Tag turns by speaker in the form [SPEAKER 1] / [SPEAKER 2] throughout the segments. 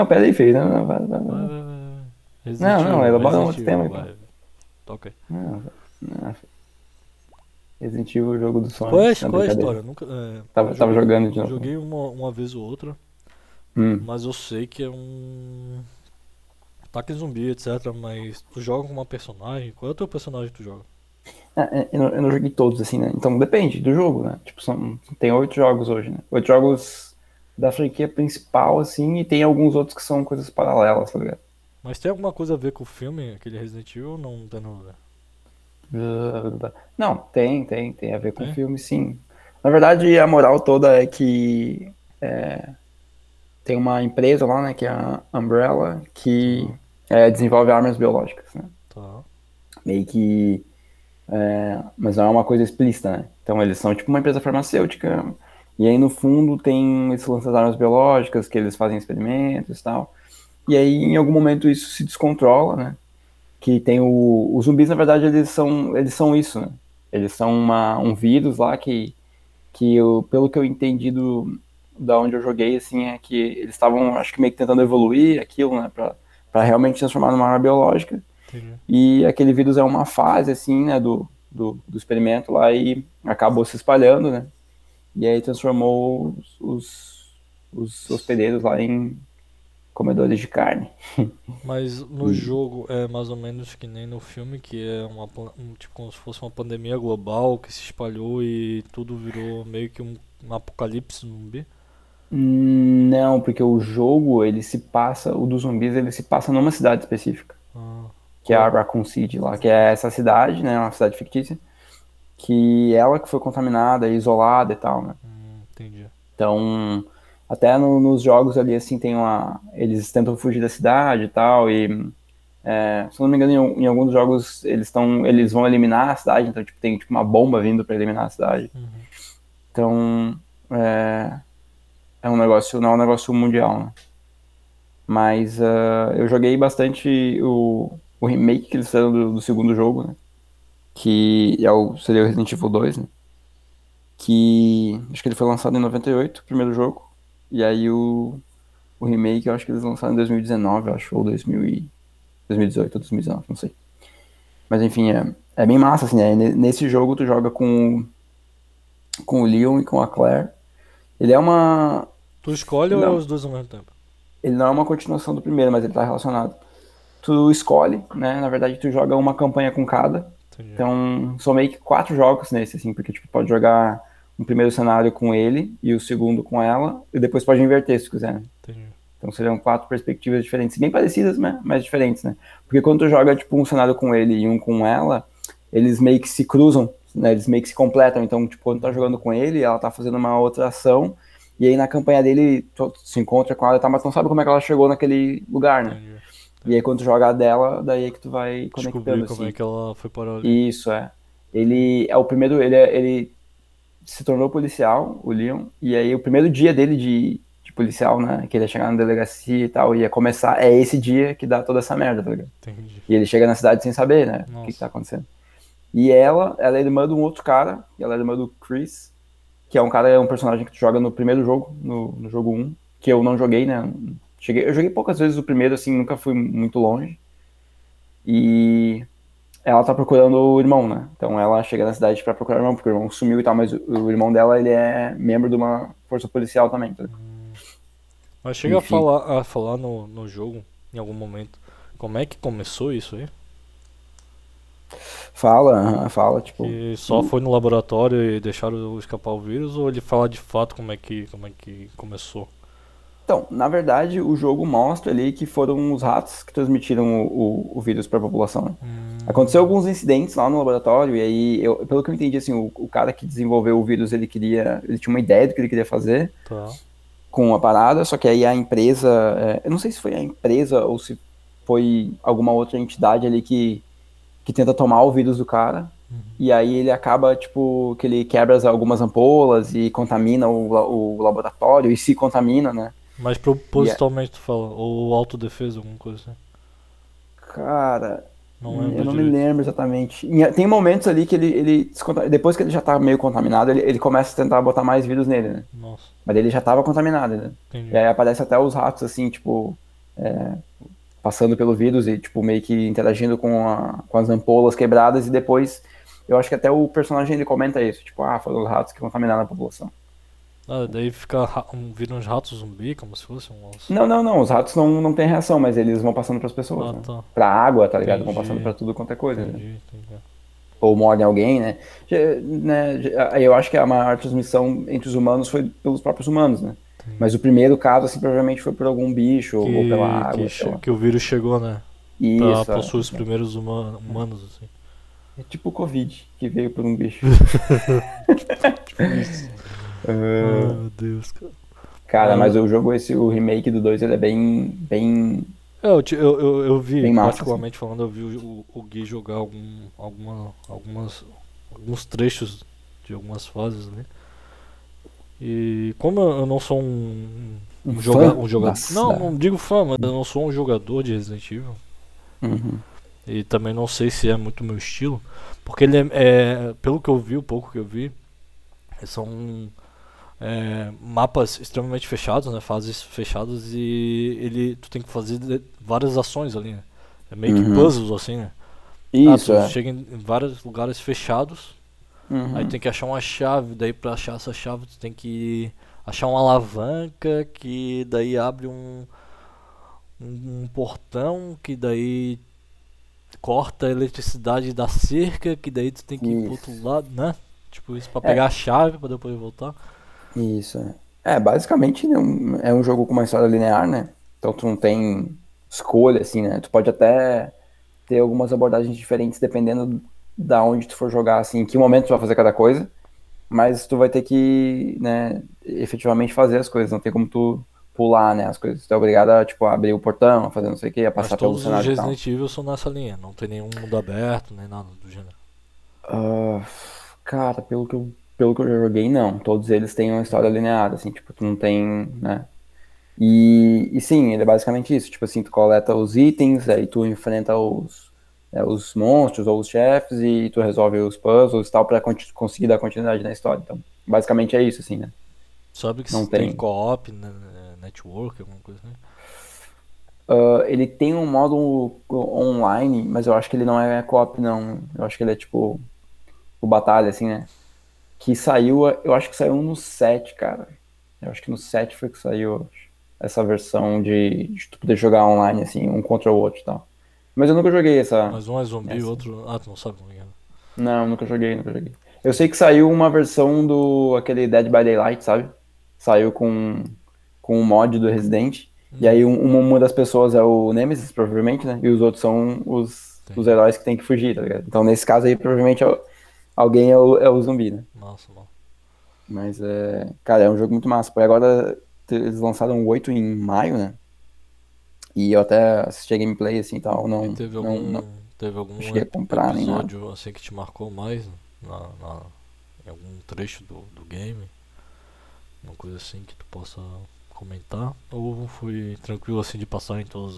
[SPEAKER 1] Não, peraí, filho. Não, não,
[SPEAKER 2] Vai, vai, vai.
[SPEAKER 1] não,
[SPEAKER 2] Resident
[SPEAKER 1] não,
[SPEAKER 2] Evil,
[SPEAKER 1] elabora um
[SPEAKER 2] Resident
[SPEAKER 1] outro tema
[SPEAKER 2] Evil,
[SPEAKER 1] aí, pô.
[SPEAKER 2] vai. Toca aí.
[SPEAKER 1] Não, não, Resident Evil, o jogo dos
[SPEAKER 2] Qual é,
[SPEAKER 1] sonhos. Não,
[SPEAKER 2] qual é a
[SPEAKER 1] brincadeira.
[SPEAKER 2] história? Eu nunca, eu
[SPEAKER 1] Tava
[SPEAKER 2] joguei,
[SPEAKER 1] jogando de novo.
[SPEAKER 2] joguei uma vez ou outra,
[SPEAKER 1] Hum.
[SPEAKER 2] mas eu sei que é um ataque zumbi, etc. Mas tu joga com uma personagem? Qual é o teu personagem que tu joga?
[SPEAKER 1] Eu não joguei todos, assim, né? Então depende do jogo, né? Tipo, tem 8 jogos hoje, né? 8 jogos da franquia principal, assim, e tem alguns outros que são coisas paralelas, tá ligado?
[SPEAKER 2] Mas tem alguma coisa a ver com o filme, aquele Resident Evil, ou não tem nada a ver?
[SPEAKER 1] Não, tem a ver com o
[SPEAKER 2] Tem?
[SPEAKER 1] filme, sim. Na verdade, a moral toda é que tem uma empresa lá, né, que é a Umbrella, que
[SPEAKER 2] Tá,
[SPEAKER 1] desenvolve armas biológicas, né?
[SPEAKER 2] tá.
[SPEAKER 1] Meio que. Mas não é uma coisa explícita, né? Então eles são tipo uma empresa farmacêutica, e aí no fundo tem esse lance das armas biológicas, que eles fazem experimentos e tal. E aí em algum momento isso se descontrola, né? Que tem os zumbis, na verdade, eles são isso, né? Eles são um vírus lá pelo que eu entendi da onde eu joguei, assim, é que eles estavam, acho que meio que tentando evoluir aquilo, né? Pra realmente transformar numa arma biológica.
[SPEAKER 2] Entendi.
[SPEAKER 1] E aquele vírus é uma fase, assim, né, do experimento lá e acabou se espalhando, né? E aí transformou os hospedeiros lá em comedores de carne.
[SPEAKER 2] Mas no
[SPEAKER 1] E,
[SPEAKER 2] jogo é mais ou menos que nem no filme, que é tipo como se fosse uma pandemia global que se espalhou e tudo virou meio que um apocalipse zumbi.
[SPEAKER 1] não, porque o jogo, o dos zumbis, ele se passa numa cidade específica,
[SPEAKER 2] Ah,
[SPEAKER 1] que é
[SPEAKER 2] qual
[SPEAKER 1] a
[SPEAKER 2] é?
[SPEAKER 1] Raccoon City lá, que é essa cidade, né, uma cidade fictícia, que ela que foi contaminada, isolada e tal, né?
[SPEAKER 2] Entendi.
[SPEAKER 1] Então, até nos jogos ali, assim, eles tentam fugir da cidade e tal, e se eu não me engano, em alguns jogos eles vão eliminar a cidade, então tipo, tem tipo, uma bomba vindo para eliminar a cidade.
[SPEAKER 2] Uhum.
[SPEAKER 1] Então é, é um negócio, não é um negócio mundial, né? Mas eu joguei bastante o remake que eles fizeram do segundo jogo, né? Que seria o Resident Evil 2, né? Que acho que ele foi lançado em 98, o primeiro jogo. E aí o remake eu acho que eles lançaram em 2019, eu acho, ou 2018 ou 2019, não sei. Mas enfim, é bem massa, assim, né? Nesse jogo tu joga com o Leon e com a Claire. Ele é uma.
[SPEAKER 2] Tu escolhe
[SPEAKER 1] Ele
[SPEAKER 2] ou é
[SPEAKER 1] não,
[SPEAKER 2] os dois ao mesmo tempo?
[SPEAKER 1] ele não é uma continuação do primeiro, mas ele tá relacionado. Tu escolhe, né? Na verdade, tu joga uma campanha com cada.
[SPEAKER 2] Entendi.
[SPEAKER 1] Então, são meio que 4 jogos nesse, assim, porque tipo, pode jogar um primeiro cenário com ele e o segundo com ela, e depois pode inverter se tu quiser, né?
[SPEAKER 2] Entendi.
[SPEAKER 1] Então seriam 4 perspectivas diferentes, bem parecidas, né? Mas diferentes, né? Porque quando tu joga, tipo, um cenário com ele e um com ela, eles meio que se cruzam, né? Eles meio que se completam. Então, tipo, quando tu tá jogando com ele, ela tá fazendo uma outra ação, e aí na campanha dele, tu se encontra com ela, tá, mas tu não sabe como é que ela chegou naquele lugar, né?
[SPEAKER 2] Entendi.
[SPEAKER 1] E aí
[SPEAKER 2] Entendi.
[SPEAKER 1] quando tu joga a dela, daí é que tu vai
[SPEAKER 2] Descobrir
[SPEAKER 1] conectando,
[SPEAKER 2] como é
[SPEAKER 1] assim.
[SPEAKER 2] que ela foi parar ali.
[SPEAKER 1] Isso, é.
[SPEAKER 2] Hum.
[SPEAKER 1] Ele é o primeiro, ele se tornou policial, o Leon, e aí o primeiro dia dele de policial, né, que ele ia chegar na delegacia e tal, ia começar, é esse dia que dá toda essa merda, tá ligado?
[SPEAKER 2] Entendi.
[SPEAKER 1] E ele chega na cidade sem saber, né, o que
[SPEAKER 2] Nossa.
[SPEAKER 1] tá acontecendo. E ela é irmã de um outro cara, e ela é irmã do Chris, que é um personagem que tu joga no primeiro jogo, no jogo um que eu não joguei, né, eu joguei poucas vezes o primeiro, assim, nunca fui muito longe, e ela tá procurando o irmão, né? Então ela chega na cidade pra procurar o irmão, porque o irmão sumiu e tal, mas o irmão dela, ele é membro de uma força policial também, tá?
[SPEAKER 2] Mas chega
[SPEAKER 1] Enfim.
[SPEAKER 2] a falar no jogo, em algum momento, como é que começou isso aí?
[SPEAKER 1] Fala, tipo.
[SPEAKER 2] Que só foi no laboratório e deixaram escapar o vírus, ou ele fala de fato como é que começou?
[SPEAKER 1] Então, na verdade, o jogo mostra ali que foram os ratos que transmitiram o vírus para a população, né? Aconteceu
[SPEAKER 2] Hum,
[SPEAKER 1] alguns incidentes lá no laboratório, e aí, pelo que eu entendi, assim, o cara que desenvolveu o vírus, ele tinha uma ideia do que ele queria fazer
[SPEAKER 2] tá.
[SPEAKER 1] com a parada, só que aí a empresa, eu não sei se foi a empresa ou se foi alguma outra entidade ali que tenta tomar o vírus do cara.
[SPEAKER 2] Uhum.
[SPEAKER 1] E aí ele acaba, tipo, que ele quebra algumas ampolas e contamina o laboratório e se contamina, né?
[SPEAKER 2] Mas
[SPEAKER 1] E,
[SPEAKER 2] propositalmente tu fala, ou autodefesa, alguma coisa assim.
[SPEAKER 1] cara,
[SPEAKER 2] Não
[SPEAKER 1] eu
[SPEAKER 2] lembro
[SPEAKER 1] não me
[SPEAKER 2] direito.
[SPEAKER 1] lembro exatamente. Tem momentos ali que depois que ele já tá meio contaminado, ele começa a tentar botar mais vírus nele, né?
[SPEAKER 2] Nossa,
[SPEAKER 1] Mas ele já tava contaminado, né? E
[SPEAKER 2] entendi.
[SPEAKER 1] aí aparece até os ratos, assim, tipo. passando pelo vírus e, tipo, meio que interagindo com as ampolas quebradas, e depois, eu acho que até o personagem ele comenta isso, tipo, foram os ratos que contaminaram a população.
[SPEAKER 2] Ah, daí fica vira uns ratos zumbi, como se fosse uns.
[SPEAKER 1] Não, não, não, os ratos não têm reação, mas eles vão passando pras pessoas,
[SPEAKER 2] Ah,
[SPEAKER 1] né?
[SPEAKER 2] tá.
[SPEAKER 1] Pra água, tá ligado? Vão passando
[SPEAKER 2] Entendi.
[SPEAKER 1] pra tudo quanto é coisa, né?
[SPEAKER 2] Entendi.
[SPEAKER 1] Ou mordem alguém, né? Eu acho que a maior transmissão entre os humanos foi pelos próprios humanos, né?
[SPEAKER 2] Entendi.
[SPEAKER 1] Mas o primeiro caso, assim, provavelmente foi por algum bicho, ou pela água, sei lá.
[SPEAKER 2] Que o vírus chegou, né? Pra
[SPEAKER 1] Isso,
[SPEAKER 2] possuir os primeiros humanos, assim.
[SPEAKER 1] é tipo o Covid, que veio por um bicho.
[SPEAKER 2] Tipo isso. Ah, meu Deus, cara.
[SPEAKER 1] Cara, mas
[SPEAKER 2] Mas,
[SPEAKER 1] o jogo, o remake do 2 ele é
[SPEAKER 2] eu vi,
[SPEAKER 1] bem massa, assim.
[SPEAKER 2] particularmente falando, eu vi o Gui jogar alguns trechos de algumas fases ali. E como eu não sou
[SPEAKER 1] Um fã
[SPEAKER 2] um jogador. Não,
[SPEAKER 1] da...
[SPEAKER 2] não digo fã, mas eu não sou um jogador de Resident Evil.
[SPEAKER 1] Uhum.
[SPEAKER 2] E também não sei se é muito meu estilo. Porque ele pelo que eu vi, o pouco que eu vi, são mapas extremamente fechados, né? Fases fechadas e tu tem que fazer várias ações ali, né? É meio que
[SPEAKER 1] Uhum.
[SPEAKER 2] puzzles assim, né?
[SPEAKER 1] Isso,
[SPEAKER 2] Tu
[SPEAKER 1] é.
[SPEAKER 2] chega em vários lugares fechados, aí
[SPEAKER 1] Uhum.
[SPEAKER 2] tem que achar uma chave, daí pra achar essa chave tu tem que achar uma alavanca que daí abre um portão que daí corta a eletricidade da cerca, que daí tu tem que ir pro outro
[SPEAKER 1] Isso.
[SPEAKER 2] lado, né? Tipo isso pra pegar a
[SPEAKER 1] É,
[SPEAKER 2] chave pra depois voltar.
[SPEAKER 1] isso. Basicamente é um jogo com uma história linear, né? Então tu não tem escolha, assim, né? Tu pode até ter algumas abordagens diferentes dependendo da onde tu for jogar, assim, em que momento tu vai fazer cada coisa, mas tu vai ter que, né, efetivamente fazer as coisas, não tem como tu pular, né, as coisas. Tu é obrigado a, tipo, a abrir o portão, a fazer não sei o que, a
[SPEAKER 2] Mas
[SPEAKER 1] passar pelo
[SPEAKER 2] todos os
[SPEAKER 1] cenário e tal.
[SPEAKER 2] Resident Evil são nessa linha, não tem nenhum mundo aberto, nem nada do gênero.
[SPEAKER 1] Ah, cara, pelo que eu já joguei, não. Todos eles têm uma história linear, assim, tipo, tu não tem, né? E sim, ele é basicamente isso. Tipo assim, tu coleta os itens, aí tu enfrenta os monstros ou os chefes e tu resolve os puzzles e tal pra conseguir dar continuidade na história. Então, basicamente é isso, assim, né?
[SPEAKER 2] Sabe que
[SPEAKER 1] Não
[SPEAKER 2] se tem
[SPEAKER 1] tem.
[SPEAKER 2] co-op, né, network, alguma coisa assim?
[SPEAKER 1] Ele tem um modo online, mas eu acho que ele não é co-op, não. Eu acho que ele é tipo o batalha, assim, né? Que saiu, eu acho que saiu no 7, cara. Eu acho que no 7 foi que saiu essa versão de tu poder jogar online, assim, um contra o outro e tal. Mas eu nunca joguei
[SPEAKER 2] Mas um é zumbi, o
[SPEAKER 1] essa.
[SPEAKER 2] outro. Ah, tu não sabe como é.
[SPEAKER 1] Não, nunca joguei. Eu sei que saiu uma versão do aquele Dead by Daylight, sabe? Saiu com um mod do Resident. E aí uma das pessoas é o Nemesis, provavelmente, né? E os outros são os
[SPEAKER 2] Entendi.
[SPEAKER 1] heróis que tem que fugir, tá ligado? Então nesse caso aí, provavelmente alguém é o zumbi, né?
[SPEAKER 2] Nossa, mano.
[SPEAKER 1] Mas cara, é um jogo muito massa. Por agora eles lançaram o 8 em maio, né? E eu até assisti a gameplay assim e tal,
[SPEAKER 2] E
[SPEAKER 1] não
[SPEAKER 2] teve algum
[SPEAKER 1] cheguei a comprar nem nada.
[SPEAKER 2] episódio assim que te marcou mais em algum trecho do game? Uma coisa assim que tu possa comentar? Ou foi tranquilo assim de passar em todas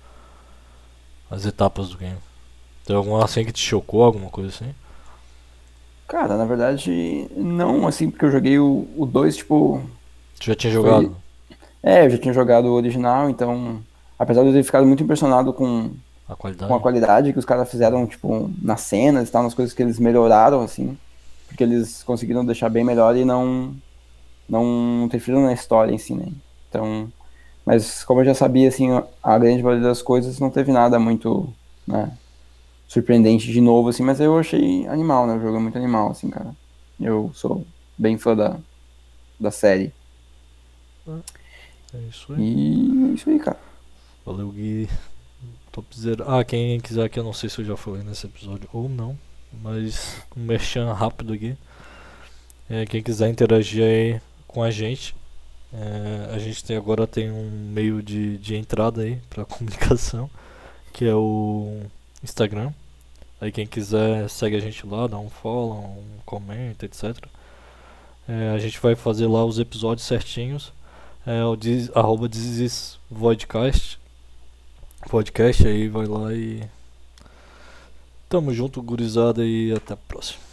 [SPEAKER 2] as etapas do game? Teve alguma assim que te chocou, alguma coisa assim?
[SPEAKER 1] Cara, na verdade, não, assim, porque eu joguei o 2 tipo,
[SPEAKER 2] Tu já tinha
[SPEAKER 1] foi.
[SPEAKER 2] jogado?
[SPEAKER 1] Eu já tinha jogado o original, então, apesar de eu ter ficado muito impressionado
[SPEAKER 2] A
[SPEAKER 1] com a
[SPEAKER 2] qualidade?
[SPEAKER 1] qualidade que os caras fizeram, tipo, nas cenas e tal, nas coisas que eles melhoraram, assim, porque eles conseguiram deixar bem melhor e não interferiram na história em si, né? Então, mas como eu já sabia, assim, a grande maioria das coisas não teve nada muito, né, surpreendente de novo, assim, mas eu achei animal, né? O jogo é muito animal, assim, cara. Eu sou bem fã da série.
[SPEAKER 2] É isso aí.
[SPEAKER 1] E é isso aí, cara.
[SPEAKER 2] Valeu, Gui. Top zero. Ah, quem quiser aqui, eu não sei se eu já falei nesse episódio ou não, mas um merchan rápido aqui. Quem quiser interagir aí com a gente, a gente agora tem um meio de entrada aí para comunicação, que é o Instagram. Aí quem quiser segue a gente lá, dá um follow, um comenta, etc. A gente vai fazer lá os episódios certinhos. Arroba @Vodcast podcast aí, vai lá e tamo junto, gurizada, e até a próxima.